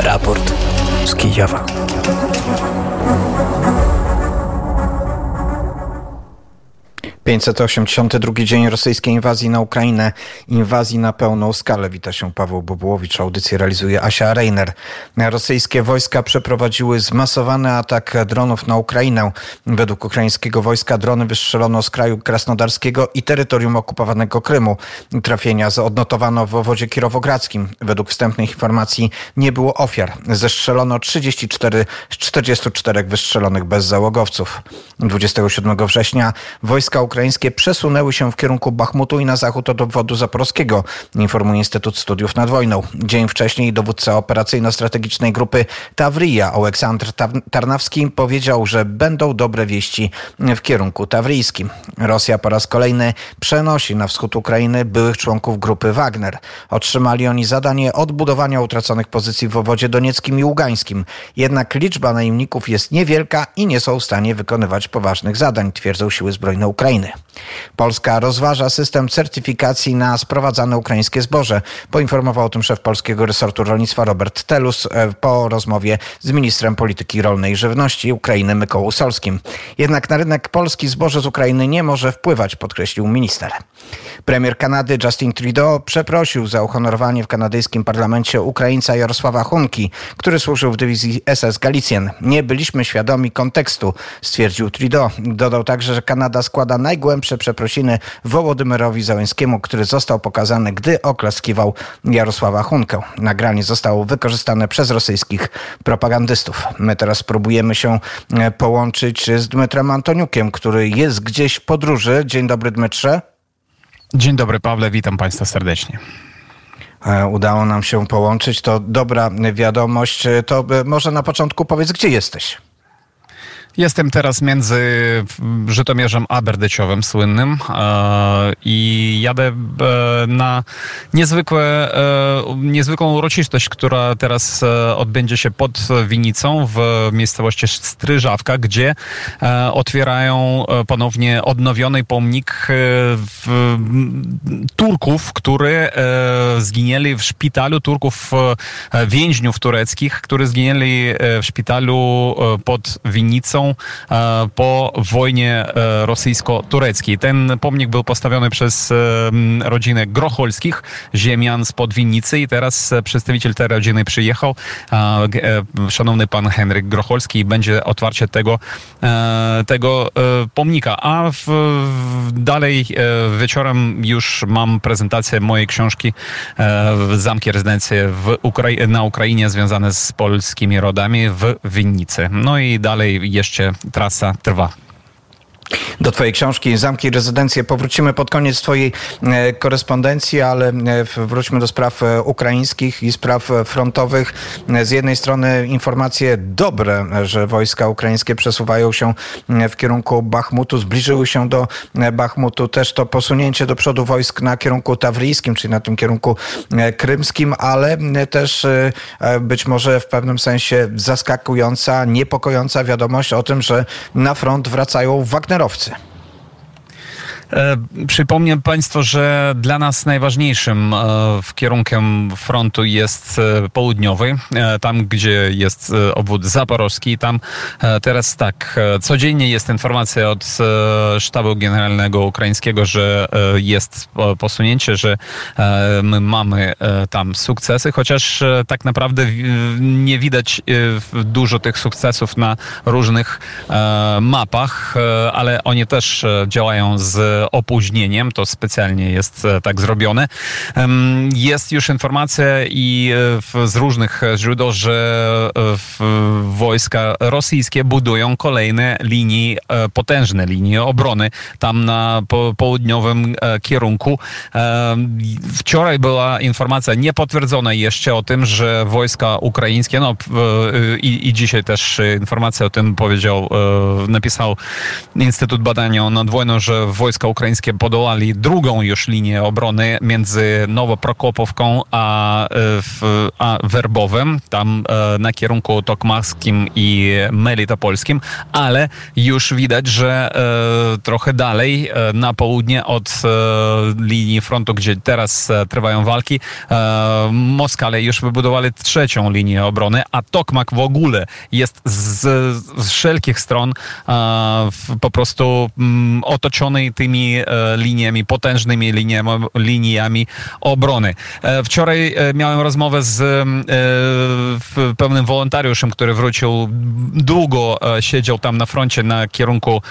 Raport z Kijowa. ...582 dzień rosyjskiej inwazji na Ukrainę. Inwazji na pełną skalę. Wita się Paweł Bobułowicz. Audycję realizuje Asia Reiner. Rosyjskie wojska przeprowadziły zmasowany atak dronów na Ukrainę. Według ukraińskiego wojska drony wystrzelono z kraju krasnodarskiego i terytorium okupowanego Krymu. Trafienia odnotowano w obwodzie kirowogradzkim. Według wstępnych informacji nie było ofiar. Zestrzelono 34 z 44 wystrzelonych bezzałogowców. 27 września wojska ukraińskie przesunęły się w kierunku Bachmutu i na zachód od obwodu zaporowskiego, informuje Instytut Studiów nad Wojną. Dzień wcześniej dowódca operacyjno-strategicznej grupy Tawrija, Aleksandr Tarnawski, powiedział, że będą dobre wieści w kierunku tawryjskim. Rosja po raz kolejny przenosi na wschód Ukrainy byłych członków grupy Wagner. Otrzymali oni zadanie odbudowania utraconych pozycji w obwodzie donieckim i ługańskim. Jednak liczba najemników jest niewielka i nie są w stanie wykonywać poważnych zadań, twierdzą siły zbrojne Ukrainy. Polska rozważa system certyfikacji na sprowadzane ukraińskie zboże. Poinformował o tym szef polskiego resortu rolnictwa Robert Telus po rozmowie z ministrem polityki rolnej i żywności Ukrainy Mykołą Solskim. Jednak na rynek polski zboże z Ukrainy nie może wpływać, podkreślił minister. Premier Kanady Justin Trudeau przeprosił za uhonorowanie w kanadyjskim parlamencie Ukraińca Jarosława Hunki, który służył w dywizji SS Galicjen. Nie byliśmy świadomi kontekstu, stwierdził Trudeau. Dodał także, że Kanada składa najgłębsze przeprosiny Wołodymyrowi Zełenskiemu, który został pokazany, gdy oklaskiwał Jarosława Hunkę. Nagranie zostało wykorzystane przez rosyjskich propagandystów. My teraz spróbujemy się połączyć z Dmytrem Antoniukiem, który jest gdzieś w podróży. Dzień dobry, Dmytrze. Dzień dobry, Pawle, witam Państwa serdecznie. Udało nam się połączyć, to dobra wiadomość. To może na początku powiedz, gdzie jesteś? Jestem teraz między Żytomierzem a Berdyczowem słynnym i jadę na niezwykłą uroczystość, która teraz odbędzie się pod Winnicą w miejscowości Stryżawka, gdzie otwierają ponownie odnowiony pomnik Turków, którzy zginęli w szpitalu, Turków więźniów tureckich, którzy zginęli w szpitalu pod Winnicą po wojnie rosyjsko-tureckiej. Ten pomnik był postawiony przez rodzinę Grocholskich, ziemian spod Winnicy, i teraz przedstawiciel tej rodziny przyjechał, szanowny pan Henryk Grocholski, i będzie otwarcie tego pomnika. A dalej wieczorem już mam prezentację mojej książki Zamki rezydencje na Ukrainie związane z polskimi rodami w Winnicy. No i dalej jeszcze trasa trwa. Do twojej książki Zamki rezydencje powrócimy pod koniec twojej korespondencji, ale wróćmy do spraw ukraińskich i spraw frontowych. Z jednej strony informacje dobre, że wojska ukraińskie przesuwają się w kierunku Bachmutu, zbliżyły się do Bachmutu. Też to posunięcie do przodu wojsk na kierunku tawryjskim, czyli na tym kierunku krymskim, ale też być może w pewnym sensie zaskakująca, niepokojąca wiadomość o tym, że na front wracają wagnerowcy. Przypomnę Państwu, że dla nas najważniejszym kierunkiem frontu jest południowy, tam gdzie jest obwód zaporowski. Tam teraz tak, codziennie jest informacja od sztabu generalnego ukraińskiego, że jest posunięcie, że my mamy tam sukcesy, chociaż tak naprawdę nie widać dużo tych sukcesów na różnych mapach, ale oni też działają z opóźnieniem, to specjalnie jest tak zrobione. Jest już informacja z różnych źródeł, że wojska rosyjskie budują kolejne linie, potężne linie obrony tam na południowym kierunku. Wczoraj była informacja niepotwierdzona jeszcze o tym, że wojska ukraińskie, i dzisiaj też informacja o tym napisał Instytut Badania nad Wojną, że wojska ukraińskie podołali drugą już linię obrony między Nowoprokopowką a Werbowem, tam na kierunku tokmackim i melitopolskim, ale już widać, że trochę dalej na południe od linii frontu, gdzie teraz trwają walki, Moskale już wybudowali trzecią linię obrony, a Tokmak w ogóle jest z wszelkich stron po prostu otoczony tymi liniami, potężnymi liniami obrony. Wczoraj miałem rozmowę z pewnym wolontariuszem, który wrócił, długo siedział tam na froncie na kierunku,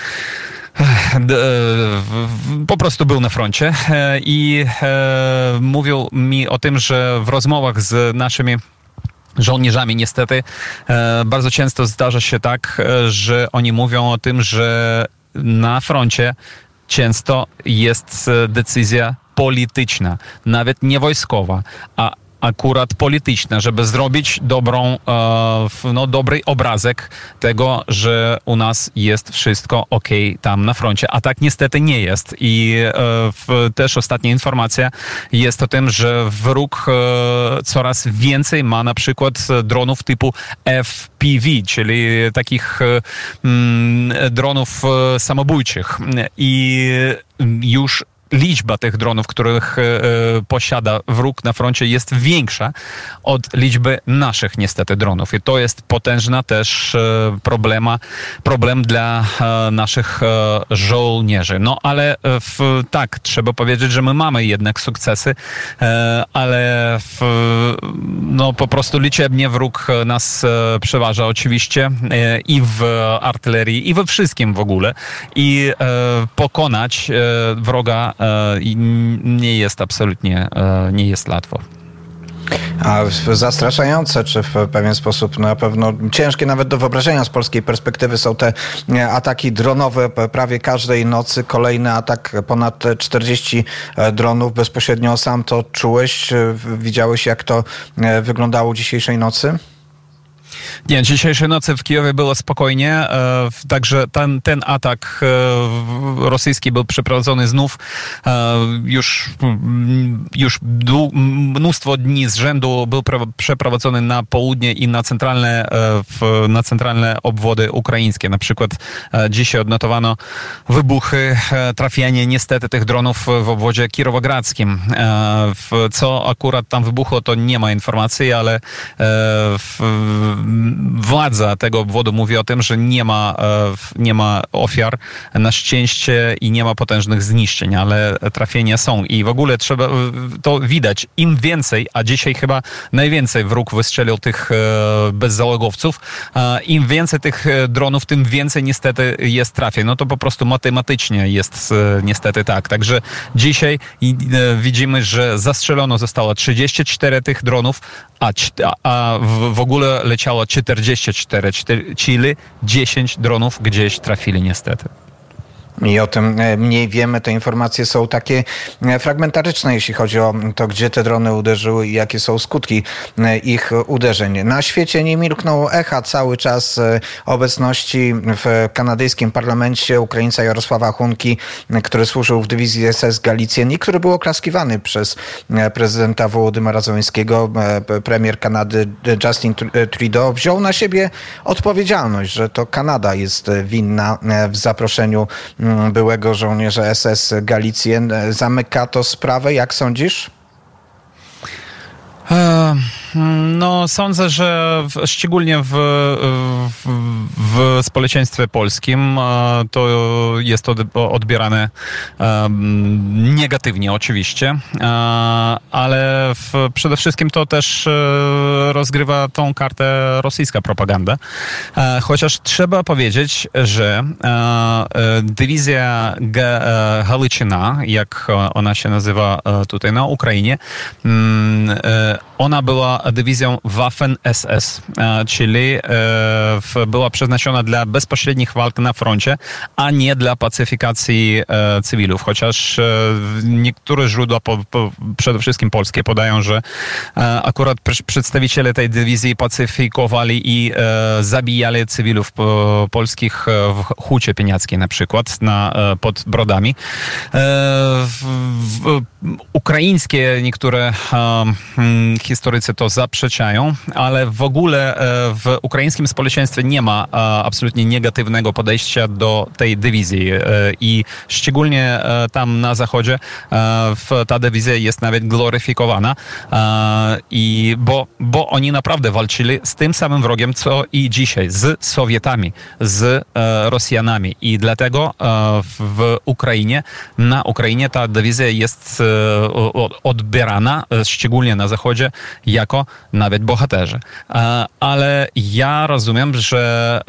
po prostu był na froncie i mówił mi o tym, że w rozmowach z naszymi żołnierzami niestety bardzo często zdarza się tak, że oni mówią o tym, że na froncie często jest decyzja polityczna, nawet nie wojskowa, a akurat polityczna, żeby zrobić dobry obrazek tego, że u nas jest wszystko okej tam na froncie, a tak niestety nie jest. I też ostatnia informacja jest o tym, że wróg coraz więcej ma na przykład dronów typu FPV, czyli takich dronów samobójczych. I już liczba tych dronów, których posiada wróg na froncie, jest większa od liczby naszych niestety dronów. I to jest potężna też problem dla naszych żołnierzy. No ale tak, trzeba powiedzieć, że my mamy jednak sukcesy, ale po prostu liczebnie wróg nas przeważa oczywiście i w artylerii, i we wszystkim w ogóle. I pokonać wroga nie jest absolutnie, nie jest łatwo. A zastraszające, czy w pewien sposób na pewno ciężkie nawet do wyobrażenia z polskiej perspektywy są te ataki dronowe prawie każdej nocy. Kolejny atak, ponad 40 dronów. Bezpośrednio sam to czułeś? Widziałeś, jak to wyglądało dzisiejszej nocy? Nie, dzisiejszej nocy w Kijowie było spokojnie, także ten atak rosyjski był przeprowadzony znów już mnóstwo dni z rzędu, był przeprowadzony na południe i na centralne obwody ukraińskie. Na przykład dzisiaj odnotowano wybuchy, trafianie niestety tych dronów w obwodzie kirowogradzkim. Co akurat tam wybuchło, to nie ma informacji, ale władza tego obwodu mówi o tym, że nie ma ofiar na szczęście i nie ma potężnych zniszczeń, ale trafienia są i w ogóle trzeba to widać. Im więcej, a dzisiaj chyba najwięcej wróg wystrzelił tych bezzałogowców, im więcej tych dronów, tym więcej niestety jest trafień. No to po prostu matematycznie jest niestety tak. Także dzisiaj widzimy, że zastrzelono zostało 34 tych dronów, a w ogóle leciało 44, czyli 10 dronów gdzieś trafili niestety. I o tym mniej wiemy. Te informacje są takie fragmentaryczne, jeśli chodzi o to, gdzie te drony uderzyły i jakie są skutki ich uderzeń. Na świecie nie milkną echa cały czas obecności w kanadyjskim parlamencie Ukraińca Jarosława Hunki, który służył w dywizji SS Galicjen i który był oklaskiwany przez prezydenta Wołodymyra Zełenskiego. Premier Kanady Justin Trudeau wziął na siebie odpowiedzialność, że to Kanada jest winna w zaproszeniu byłego żołnierza SS Galicjen. Zamyka to sprawę, jak sądzisz? No, sądzę, że szczególnie w społeczeństwie polskim to jest odbierane negatywnie oczywiście, ale przede wszystkim to też rozgrywa tą kartę rosyjska propaganda. Chociaż trzeba powiedzieć, że dywizja Галичина, jak ona się nazywa tutaj na Ukrainie, ona była dywizją Waffen-SS, czyli była przeznaczona dla bezpośrednich walk na froncie, a nie dla pacyfikacji cywilów. Chociaż niektóre źródła, przede wszystkim polskie, podają, że akurat przedstawiciele tej dywizji pacyfikowali i zabijali cywilów polskich w Hucie Pieniackiej na przykład, pod Brodami. Ukraińskie niektóre historycy to zaprzeczają, ale w ogóle w ukraińskim społeczeństwie nie ma absolutnie negatywnego podejścia do tej dywizji i szczególnie tam na zachodzie ta dywizja jest nawet gloryfikowana, bo oni naprawdę walczyli z tym samym wrogiem, co i dzisiaj, z Sowietami, z Rosjanami i dlatego na Ukrainie ta dywizja jest odbierana, szczególnie na zachodzie, jako nawet bohaterzy. Ale ja rozumiem, że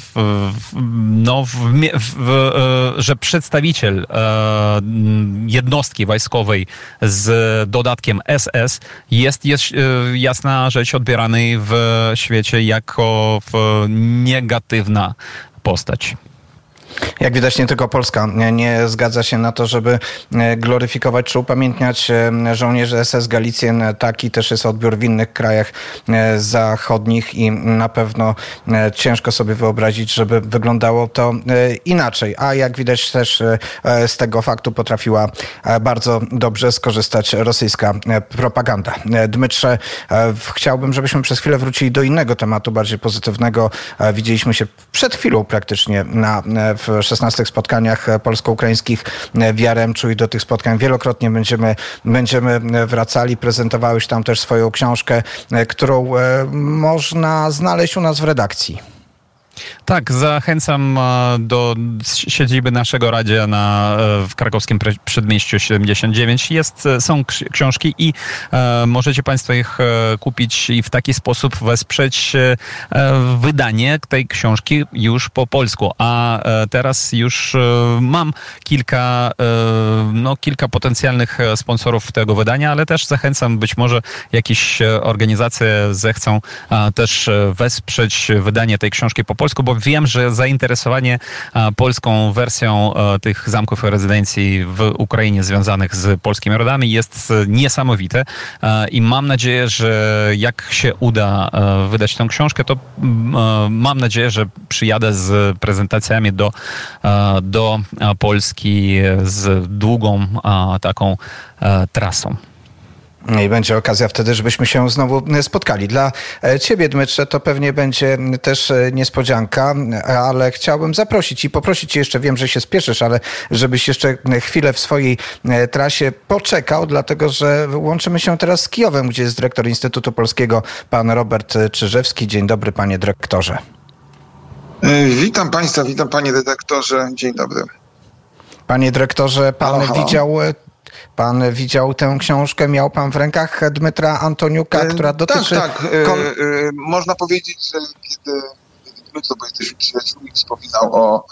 że przedstawiciel jednostki wojskowej z dodatkiem SS jest jasna rzecz odbierany w świecie jako negatywna postać. Jak widać, nie tylko Polska nie zgadza się na to, żeby gloryfikować czy upamiętniać żołnierzy SS Galicjen. Taki też jest odbiór w innych krajach zachodnich i na pewno ciężko sobie wyobrazić, żeby wyglądało to inaczej. A jak widać też z tego faktu potrafiła bardzo dobrze skorzystać rosyjska propaganda. Dmytrze, chciałbym, żebyśmy przez chwilę wrócili do innego tematu, bardziej pozytywnego. Widzieliśmy się przed chwilą praktycznie w 16 spotkaniach polsko-ukraińskich w Jaremczu i do tych spotkań wielokrotnie będziemy wracali. Prezentowałeś tam też swoją książkę, którą można znaleźć u nas w redakcji. Tak, zachęcam do siedziby naszego radia w krakowskim Przedmieściu 79. Są książki i możecie Państwo ich kupić i w taki sposób wesprzeć wydanie tej książki już po polsku. A teraz już mam kilka potencjalnych sponsorów tego wydania, ale też zachęcam, być może jakieś organizacje zechcą też wesprzeć wydanie tej książki po polsku, bo wiem, że zainteresowanie polską wersją tych zamków i rezydencji w Ukrainie związanych z polskimi rodami jest niesamowite i mam nadzieję, że jak się uda wydać tę książkę, to mam nadzieję, że przyjadę z prezentacjami do Polski z długą taką trasą. I będzie okazja wtedy, żebyśmy się znowu spotkali. Dla ciebie, Dmytrze, to pewnie będzie też niespodzianka, ale chciałbym zaprosić i poprosić cię jeszcze, wiem, że się spieszysz, ale żebyś jeszcze chwilę w swojej trasie poczekał, dlatego że łączymy się teraz z Kijowem, gdzie jest dyrektor Instytutu Polskiego, pan Robert Czyżewski. Dzień dobry, panie dyrektorze. Witam państwa, witam panie redaktorze. Dzień dobry. Panie dyrektorze, Pan widział tę książkę, miał pan w rękach Dmytra Antoniuka, która dotyczy... Tak. Można powiedzieć, że kiedy Dmytro, bo jesteśmy przyjaciółmi, wspominał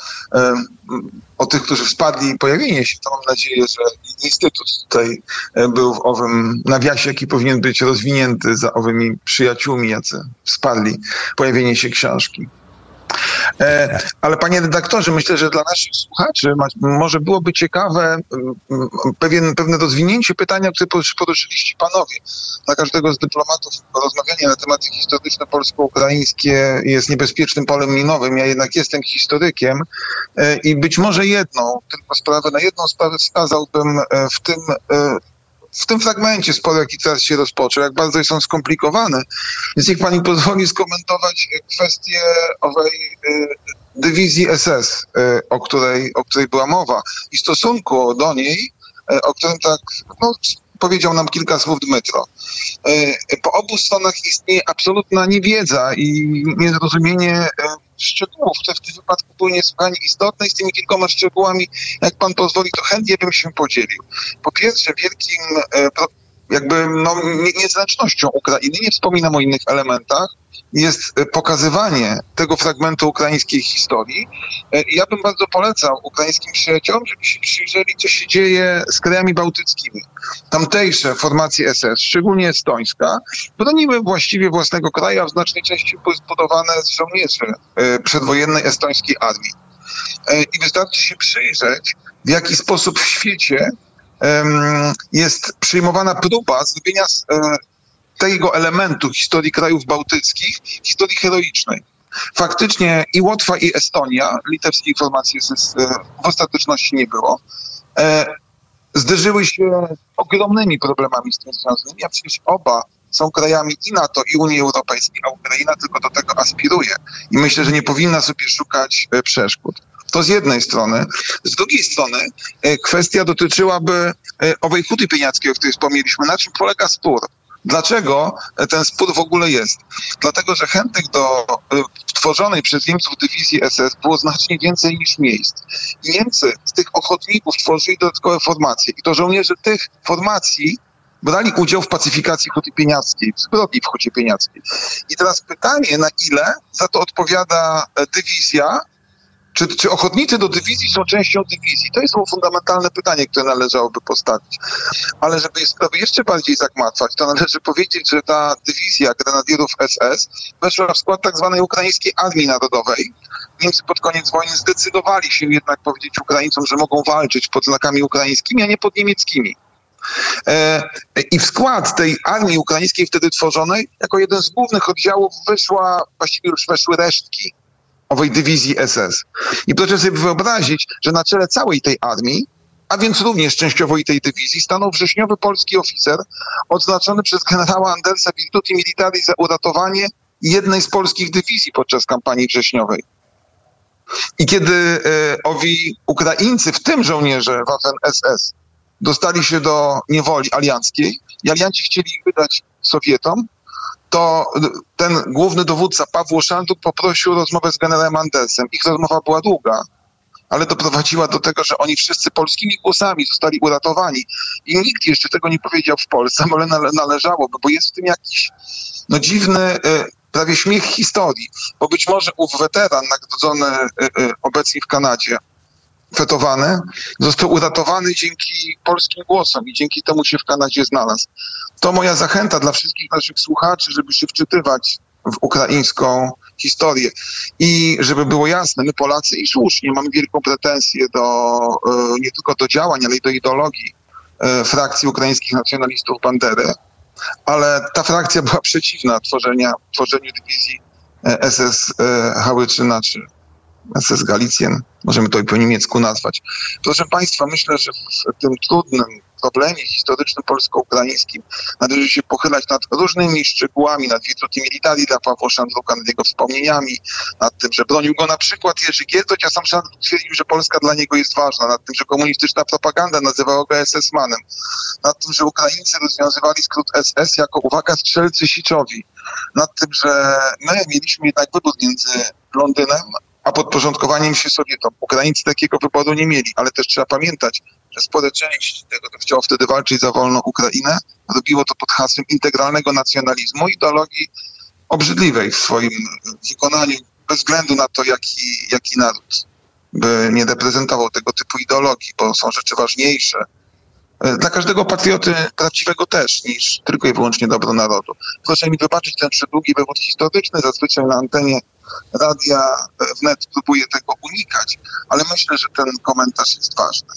o tych, którzy wsparli i pojawienie się, to mam nadzieję, że Instytut tutaj był w owym nawiasie, jaki powinien być rozwinięty za owymi przyjaciółmi, jacy wsparli pojawienie się książki. Ale panie redaktorze, myślę, że dla naszych słuchaczy może byłoby ciekawe pewne rozwinięcie pytania, które poruszyliście panowie. Dla każdego z dyplomatów rozmawianie na tematy historyczne polsko-ukraińskie jest niebezpiecznym polem minowym. Ja jednak jestem historykiem i być może na jedną sprawę wskazałbym w tym fragmencie sporu, jaki teraz się rozpoczął, jak bardzo jest on skomplikowany. Więc niech pani pozwoli skomentować kwestię owej dywizji SS, o której była mowa i stosunku do niej, o którym tak powiedział nam kilka słów Dmytro. Po obu stronach istnieje absolutna niewiedza i niezrozumienie szczegółów, które w tym wypadku były niesłychanie istotne i z tymi kilkoma szczegółami, jak pan pozwoli, to chętnie bym się podzielił. Po pierwsze, wielkim niezręcznością Ukrainy, nie wspominam o innych elementach, jest pokazywanie tego fragmentu ukraińskiej historii. Ja bym bardzo polecał ukraińskim przyjaciołom, żeby się przyjrzeli, co się dzieje z krajami bałtyckimi. Tamtejsze formacje SS, szczególnie estońska, broniły właściwie własnego kraju, a w znacznej części były zbudowane z żołnierzy przedwojennej estońskiej armii. I wystarczy się przyjrzeć, w jaki sposób w świecie jest przyjmowana próba zrobienia tego elementu historii krajów bałtyckich, historii heroicznej. Faktycznie i Łotwa, i Estonia, litewskiej formacji w ostateczności nie było, zderzyły się z ogromnymi problemami z tym związanymi, a przecież oba są krajami i NATO, i Unii Europejskiej, a Ukraina tylko do tego aspiruje. I myślę, że nie powinna sobie szukać przeszkód. To z jednej strony. Z drugiej strony kwestia dotyczyłaby owej huty pieniackiej, o której wspomnieliśmy. Na czym polega spór? Dlaczego ten spór w ogóle jest? Dlatego, że chętnych do tworzonej przez Niemców dywizji SS było znacznie więcej niż miejsc. I Niemcy z tych ochotników tworzyli dodatkowe formacje. I to żołnierze tych formacji brali udział w pacyfikacji huty pieniackiej, w zbrodni w hucie pieniackiej. I teraz pytanie, na ile za to odpowiada dywizja, czy ochotnicy do dywizji są częścią dywizji? To jest fundamentalne pytanie, które należałoby postawić. Ale żeby sprawę jeszcze bardziej zagmatwać, to należy powiedzieć, że ta dywizja grenadierów SS weszła w skład tak zwanej Ukraińskiej Armii Narodowej. Niemcy pod koniec wojny zdecydowali się jednak powiedzieć Ukraińcom, że mogą walczyć pod znakami ukraińskimi, a nie pod niemieckimi. I w skład tej armii ukraińskiej wtedy tworzonej, jako jeden z głównych oddziałów właściwie już weszły resztki owej dywizji SS. I proszę sobie wyobrazić, że na czele całej tej armii, a więc również częściowo i tej dywizji, stanął wrześniowy polski oficer odznaczony przez generała Andersa Virtuti Militari za uratowanie jednej z polskich dywizji podczas kampanii wrześniowej. I kiedy owi Ukraińcy, w tym żołnierze Waffen-SS, dostali się do niewoli alianckiej i alianci chcieli ich wydać Sowietom, to ten główny dowódca Pawło Szanduk poprosił o rozmowę z generałem Andersem. Ich rozmowa była długa, ale doprowadziła do tego, że oni wszyscy polskimi głosami zostali uratowani. I nikt jeszcze tego nie powiedział w Polsce, ale należałoby, bo jest w tym jakiś dziwny, prawie śmiech historii. Bo być może ów weteran nagrodzony obecnie w Kanadzie, fetowany, został uratowany dzięki polskim głosom i dzięki temu się w Kanadzie znalazł. To moja zachęta dla wszystkich naszych słuchaczy, żeby się wczytywać w ukraińską historię. I żeby było jasne, my Polacy i słusznie mamy wielką pretensję nie tylko do działań, ale i do ideologii frakcji ukraińskich nacjonalistów Bandery, ale ta frakcja była przeciwna tworzeniu dywizji SS Hałyczyna czy SS Galicjen, możemy to i po niemiecku nazwać. Proszę Państwa, myślę, że w tym trudnym problemie historycznym polsko-ukraińskim należy się pochylać nad różnymi szczegółami, nad Virtuti Militari dla Pawła Szandruka, nad jego wspomnieniami, nad tym, że bronił go na przykład Jerzy Giertoć, a sam Szandruk twierdził, że Polska dla niego jest ważna, nad tym, że komunistyczna propaganda nazywała go SS-manem, nad tym, że Ukraińcy rozwiązywali skrót SS jako, uwaga, strzelcy siczowi, nad tym, że my mieliśmy jednak wybór między Londynem a podporządkowaniem się Sowietom. Ukraińcy takiego wyboru nie mieli, ale też trzeba pamiętać, że spora część tego, kto chciał wtedy walczyć za wolną Ukrainę, robiło to pod hasłem integralnego nacjonalizmu, ideologii obrzydliwej w swoim wykonaniu, bez względu na to, jaki naród by nie reprezentował tego typu ideologii, bo są rzeczy ważniejsze dla każdego patrioty prawdziwego też, niż tylko i wyłącznie dobro narodu. Proszę mi wybaczyć ten przedługi wywód historyczny, zazwyczaj na antenie Radia Wnet próbuję tego unikać, ale myślę, że ten komentarz jest ważny.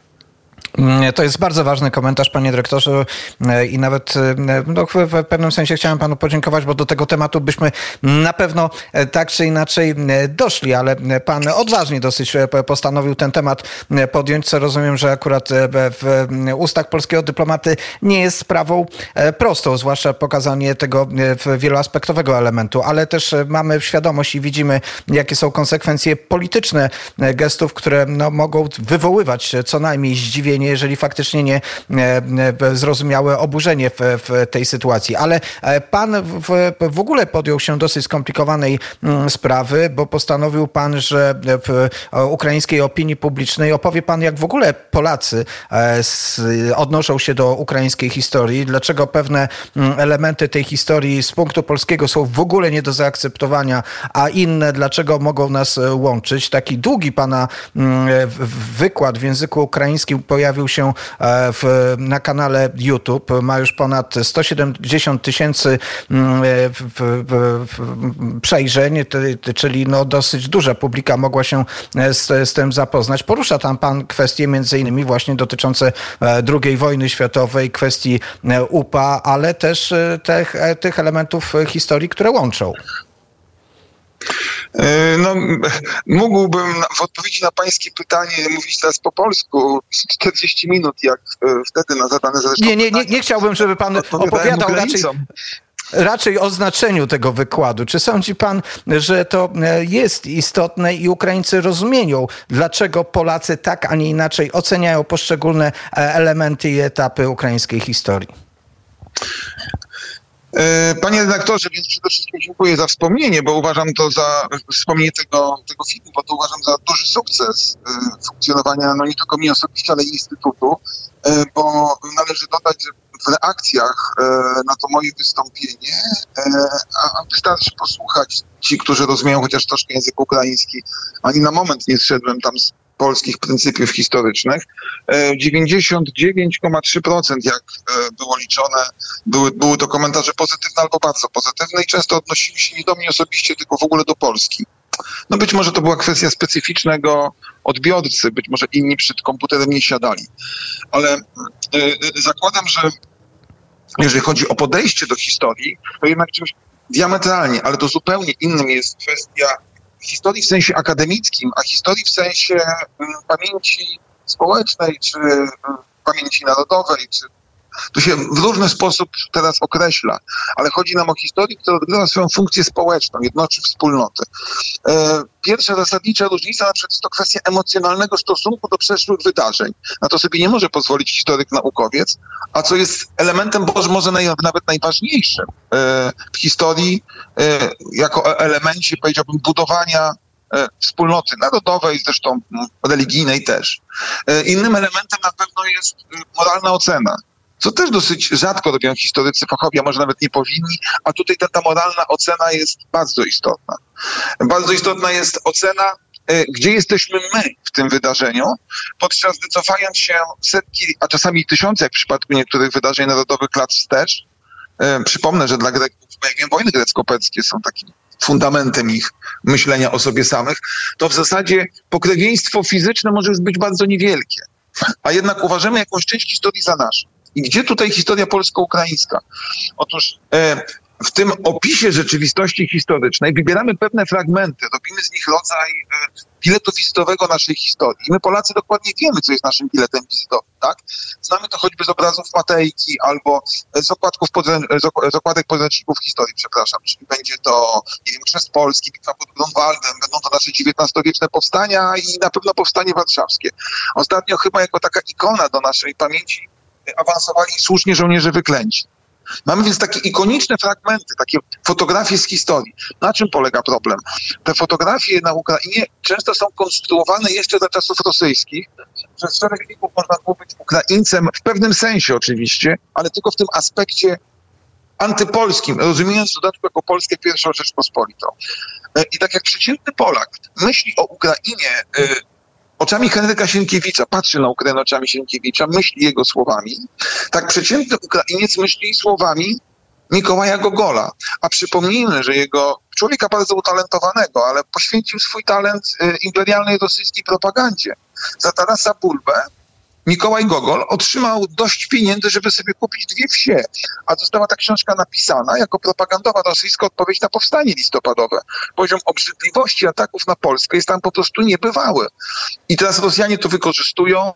To jest bardzo ważny komentarz, panie dyrektorze, i nawet w pewnym sensie chciałem panu podziękować, bo do tego tematu byśmy na pewno tak czy inaczej doszli, ale pan odważnie dosyć postanowił ten temat podjąć, co rozumiem, że akurat w ustach polskiego dyplomaty nie jest sprawą prostą, zwłaszcza pokazanie tego wieloaspektowego elementu, ale też mamy świadomość i widzimy, jakie są konsekwencje polityczne gestów, które mogą wywoływać co najmniej zdziwienie zrozumienie, jeżeli faktycznie nie zrozumiałe oburzenie w tej sytuacji. Ale pan w ogóle podjął się dosyć skomplikowanej sprawy, bo postanowił pan, że w ukraińskiej opinii publicznej opowie pan, jak w ogóle Polacy odnoszą się do ukraińskiej historii, dlaczego pewne elementy tej historii z punktu polskiego są w ogóle nie do zaakceptowania, a inne dlaczego mogą nas łączyć. Taki długi pana wykład w języku ukraińskim pojawił się na kanale YouTube. Ma już ponad 170 tysięcy przejrzeń, czyli dosyć duża publika mogła się z tym zapoznać. Porusza tam pan kwestie między innymi właśnie dotyczące II wojny światowej, kwestii UPA, ale też tych elementów historii, które łączą. Mógłbym w odpowiedzi na pańskie pytanie mówić teraz po polsku 40 minut, jak wtedy na zadane zresztą pytanie. Nie chciałbym, żeby pan opowiadał raczej o znaczeniu tego wykładu. Czy sądzi pan, że to jest istotne i Ukraińcy rozumieją, dlaczego Polacy tak, a nie inaczej oceniają poszczególne elementy i etapy ukraińskiej historii? Panie redaktorze, więc przede wszystkim dziękuję za wspomnienie, bo uważam to za wspomnienie tego filmu, bo to uważam za duży sukces funkcjonowania nie tylko mnie osobiście, ale i Instytutu, bo należy dodać, że w reakcjach na to moje wystąpienie, a wystarczy posłuchać ci, którzy rozumieją chociaż troszkę język ukraiński, ani na moment nie zszedłem tam z polskich pryncypiów historycznych. 99,3%, jak było liczone, były to komentarze pozytywne albo bardzo pozytywne i często odnosiły się nie do mnie osobiście, tylko w ogóle do Polski. Być może to była kwestia specyficznego odbiorcy, być może inni przed komputerem nie siadali. Ale zakładam, że jeżeli chodzi o podejście do historii, to jednak czymś diametralnie, ale to zupełnie innym jest kwestia historii w sensie akademickim, a historii w sensie pamięci społecznej, czy pamięci narodowej, czy to się w różny sposób teraz określa, ale chodzi nam o historię, która odgrywa swoją funkcję społeczną, jednoczy wspólnoty. Pierwsza zasadnicza różnica na przykład to kwestia emocjonalnego stosunku do przeszłych wydarzeń. Na to sobie nie może pozwolić historyk naukowiec, a co jest elementem może nawet najważniejszym w historii, jako elemencie, powiedziałbym, budowania wspólnoty narodowej, zresztą religijnej też. Innym elementem na pewno jest moralna ocena, co też dosyć rzadko robią historycy fachowi, a może nawet nie powinni, a tutaj ta moralna ocena jest bardzo istotna. Bardzo istotna jest ocena, gdzie jesteśmy my w tym wydarzeniu, podczas gdy cofając się setki, a czasami tysiące, jak w przypadku niektórych wydarzeń narodowych, lat wstecz. Przypomnę, że dla Greków wojny grecko-perskie są takim fundamentem ich myślenia o sobie samych, to w zasadzie pokrewieństwo fizyczne może już być bardzo niewielkie, a jednak uważamy jakąś część historii za naszą. I gdzie tutaj historia polsko-ukraińska? Otóż w tym opisie rzeczywistości historycznej wybieramy pewne fragmenty, robimy z nich rodzaj biletu wizytowego naszej historii. I my Polacy dokładnie wiemy, co jest naszym biletem wizytowym, tak? Znamy to choćby z obrazów Matejki albo z okładek podręczników historii, czyli będzie to, nie wiem, Chrzest Polski, bitwa pod Grunwaldem, będą to nasze XIX-wieczne powstania i na pewno powstanie warszawskie. Ostatnio chyba jako taka ikona do naszej pamięci awansowali słusznie żołnierze wyklęci. Mamy więc takie ikoniczne fragmenty, takie fotografie z historii. Na czym polega problem? Te fotografie na Ukrainie często są konstruowane jeszcze za czasów rosyjskich. Przez szereg wieków można było być Ukraińcem, w pewnym sensie oczywiście, ale tylko w tym aspekcie antypolskim, rozumiejąc w dodatku jako Polskę pierwszą Rzeczpospolitą. I tak jak przeciętny Polak myśli o Ukrainie oczami Henryka Sienkiewicza, patrzy na Ukrainę oczami Sienkiewicza, myśli jego słowami, tak przeciętny Ukrainiec myśli słowami Mikołaja Gogola. A przypomnijmy, że jego człowieka bardzo utalentowanego, ale poświęcił swój talent imperialnej rosyjskiej propagandzie. Za Tarasa Bulbę Mikołaj Gogol otrzymał dość pieniędzy, żeby sobie kupić 2 wsie, a została ta książka napisana jako propagandowa rosyjska odpowiedź na powstanie listopadowe. Poziom obrzydliwości ataków na Polskę jest tam po prostu niebywały. I teraz Rosjanie to wykorzystują,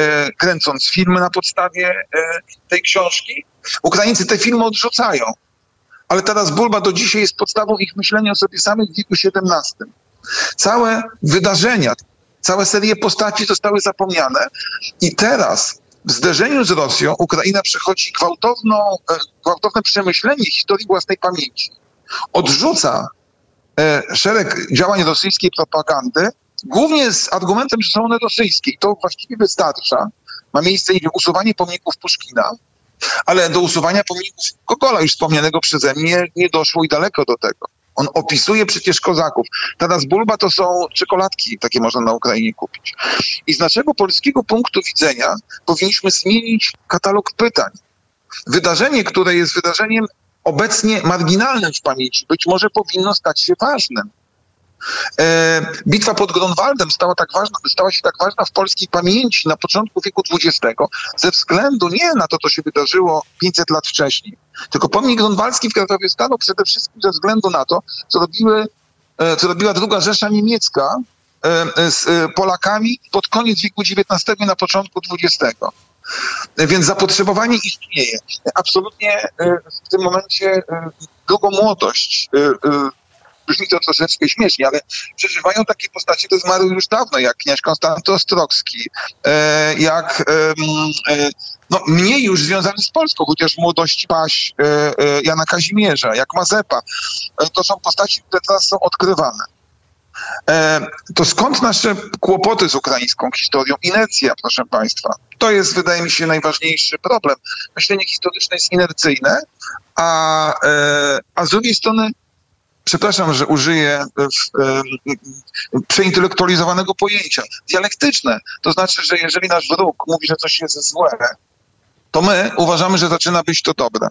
kręcąc filmy na podstawie tej książki. Ukraińcy te filmy odrzucają. Ale Taras Bulba do dzisiaj jest podstawą ich myślenia o sobie samych w wieku XVII. Całe wydarzenia, całe serie postaci zostały zapomniane i teraz w zderzeniu z Rosją Ukraina przechodzi gwałtowne przemyślenie historii własnej pamięci. Odrzuca szereg działań rosyjskiej propagandy, głównie z argumentem, że są one rosyjskie i to właściwie wystarcza. Ma miejsce usuwanie pomników Puszkina, ale do usuwania pomników Gogola, już wspomnianego przeze mnie, nie doszło i daleko do tego. On opisuje przecież kozaków. Taras Bulba to są czekoladki, takie można na Ukrainie kupić. I z naszego polskiego punktu widzenia powinniśmy zmienić katalog pytań. Wydarzenie, które jest wydarzeniem obecnie marginalnym w pamięci, być może powinno stać się ważnym. Bitwa pod Grunwaldem stała się tak ważna w polskiej pamięci na początku wieku XX ze względu nie na to, co się wydarzyło 500 lat wcześniej, tylko pomnik grunwaldzki w Krakowie stanął przede wszystkim ze względu na to, co robiła II Rzesza Niemiecka z Polakami pod koniec wieku XIX i na początku XX. Więc zapotrzebowanie istnieje. Absolutnie w tym momencie drugą młodość, brzmi to troszeczkę śmiesznie, ale przeżywają takie postacie, to zmarły już dawno, jak kniaź Konstanty Ostrocki, jak mniej już związany z Polską, chociaż młodości paść Jana Kazimierza, jak Mazepa. To są postaci, które teraz są odkrywane. To skąd nasze kłopoty z ukraińską historią? Inercja, proszę państwa. To jest, wydaje mi się, najważniejszy problem. Myślenie historyczne jest inercyjne, a z drugiej strony, przepraszam, że użyję przeintelektualizowanego pojęcia, dialektyczne. To znaczy, że jeżeli nasz wróg mówi, że coś jest złe, to my uważamy, że zaczyna być to dobre.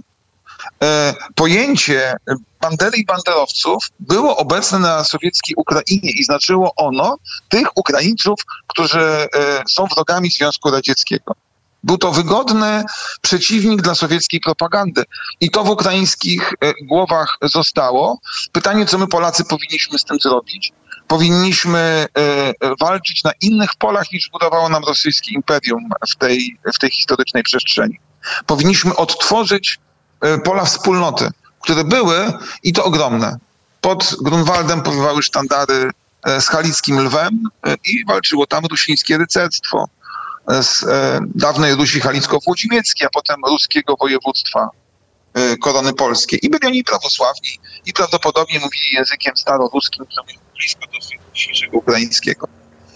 Pojęcie bandery i banderowców było obecne na sowieckiej Ukrainie i znaczyło ono tych Ukraińców, którzy są wrogami Związku Radzieckiego. Był to wygodny przeciwnik dla sowieckiej propagandy. I to w ukraińskich głowach zostało. Pytanie, co my Polacy powinniśmy z tym zrobić? Powinniśmy walczyć na innych polach, niż budowało nam rosyjskie imperium w tej historycznej przestrzeni. Powinniśmy odtworzyć pola wspólnoty, które były, i to ogromne. Pod Grunwaldem powiewały sztandary z halickim lwem i walczyło tam rusińskie rycerstwo z dawnej Rusi halicko-włodzimieckiej, a potem ruskiego województwa korony polskiej. I byli oni prawosławni i prawdopodobnie mówili językiem staroruskim, który blisko do dzisiejszego ukraińskiego.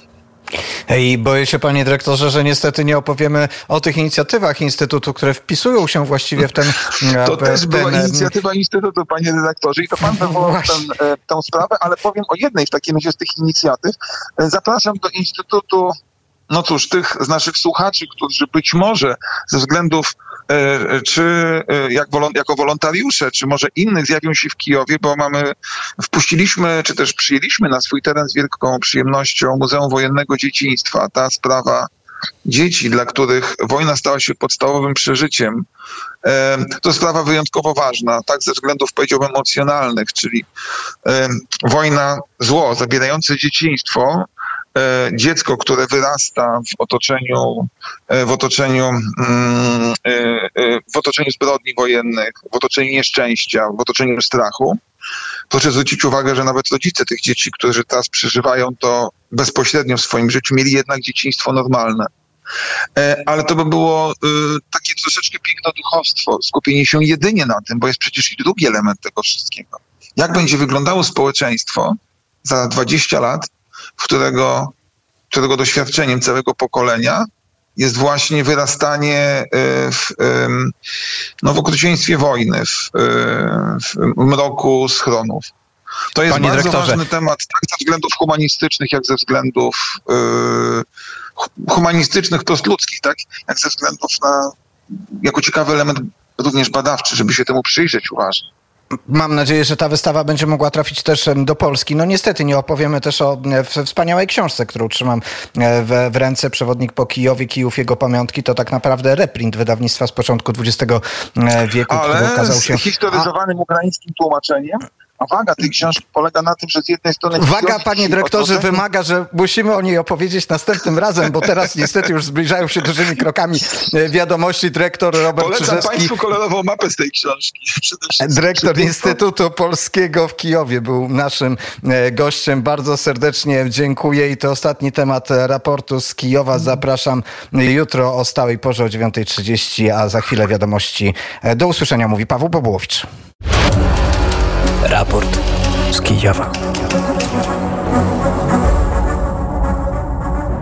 I boję się, panie dyrektorze, że niestety nie opowiemy o tych inicjatywach Instytutu, które wpisują się właściwie w ten... To też była inicjatywa Instytutu, panie redaktorze, i to pan wywołał tę sprawę, ale powiem o jednej w takim razie z tych inicjatyw. Zapraszam do Instytutu, no cóż, tych z naszych słuchaczy, którzy być może ze względów czy jako wolontariusze, czy może innych zjawią się w Kijowie, bo wpuściliśmy, czy też przyjęliśmy na swój teren z wielką przyjemnością Muzeum Wojennego Dzieciństwa. Ta sprawa dzieci, dla których wojna stała się podstawowym przeżyciem, to sprawa wyjątkowo ważna, tak ze względów, powiedziałbym, emocjonalnych, czyli wojna, zło zabierające dzieciństwo, dziecko, które wyrasta w otoczeniu zbrodni wojennych, w otoczeniu nieszczęścia, w otoczeniu strachu. Proszę zwrócić uwagę, że nawet rodzice tych dzieci, którzy teraz przeżywają to bezpośrednio w swoim życiu, mieli jednak dzieciństwo normalne. Ale to by było takie troszeczkę pięknoduchowstwo, skupienie się jedynie na tym, bo jest przecież i drugi element tego wszystkiego. Jak będzie wyglądało społeczeństwo za 20 lat, którego doświadczeniem całego pokolenia jest właśnie wyrastanie w okrucieństwie wojny, w mroku schronów. To jest Panie bardzo dyrektorze, ważny temat, tak ze względów humanistycznych, jak ze względów humanistycznych, prostludzkich, tak, jak ze względów jako ciekawy element również badawczy, żeby się temu przyjrzeć uważnie. Mam nadzieję, że ta wystawa będzie mogła trafić też do Polski. No niestety nie opowiemy też o wspaniałej książce, którą trzymam w ręce. Przewodnik po Kijowie, Kijów, jego pamiątki. To tak naprawdę reprint wydawnictwa z początku XX wieku, który okazał się... z historyzowanym ukraińskim tłumaczeniem, A waga tej książki polega na tym, że z jednej strony... Waga, panie dyrektorze, wymaga, że musimy o niej opowiedzieć następnym razem, bo teraz niestety już zbliżają się dużymi krokami wiadomości. Dyrektor Robert Polecam Czyżewski, państwu kolorową mapę z tej książki. dyrektor Instytutu Polskiego w Kijowie, był naszym gościem. Bardzo serdecznie dziękuję i to ostatni temat raportu z Kijowa. Zapraszam jutro o stałej porze o 9:30, a za chwilę wiadomości. Do usłyszenia, mówi Paweł Bobułowicz. Raport z Kijowa.